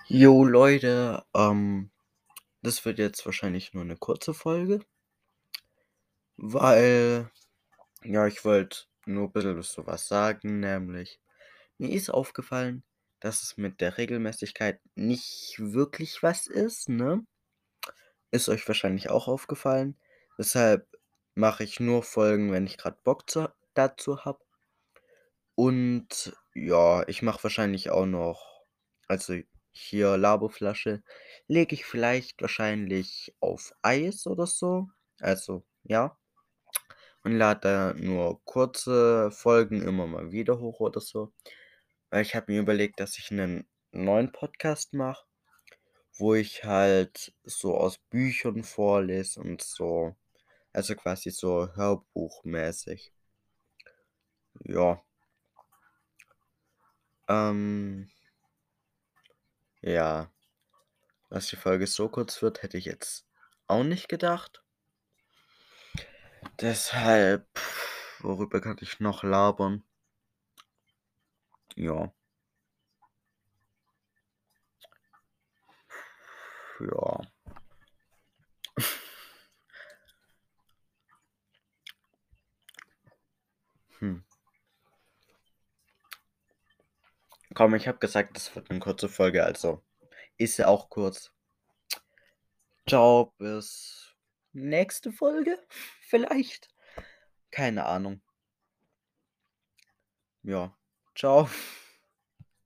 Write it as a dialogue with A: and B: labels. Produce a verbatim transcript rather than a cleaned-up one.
A: Jo Leute, ähm, das wird jetzt wahrscheinlich nur eine kurze Folge, weil, ja, ich wollte nur ein bisschen so was sagen, nämlich mir ist aufgefallen, dass es mit der Regelmäßigkeit nicht wirklich was ist, ne? Ist euch wahrscheinlich auch aufgefallen. Deshalb mache ich nur Folgen, wenn ich gerade Bock zu dazu habe. Und ja, ich mache wahrscheinlich auch noch also hier Laboflasche lege ich vielleicht wahrscheinlich auf Eis oder so. Also, ja, und lade da nur kurze Folgen immer mal wieder hoch oder so. Weil ich habe mir überlegt, dass ich einen neuen Podcast mache, wo ich halt so aus Büchern vorlese und so. Also quasi so hörbuchmäßig. Ja, ähm, ja. Dass die Folge so kurz wird, hätte ich jetzt auch nicht gedacht. Deshalb, worüber kann ich noch labern? Ja, ja. Hm. Komm, ich habe gesagt, das wird eine kurze Folge, also ist ja auch kurz. Ciao, bis nächste Folge vielleicht? Keine Ahnung. Ja, ciao.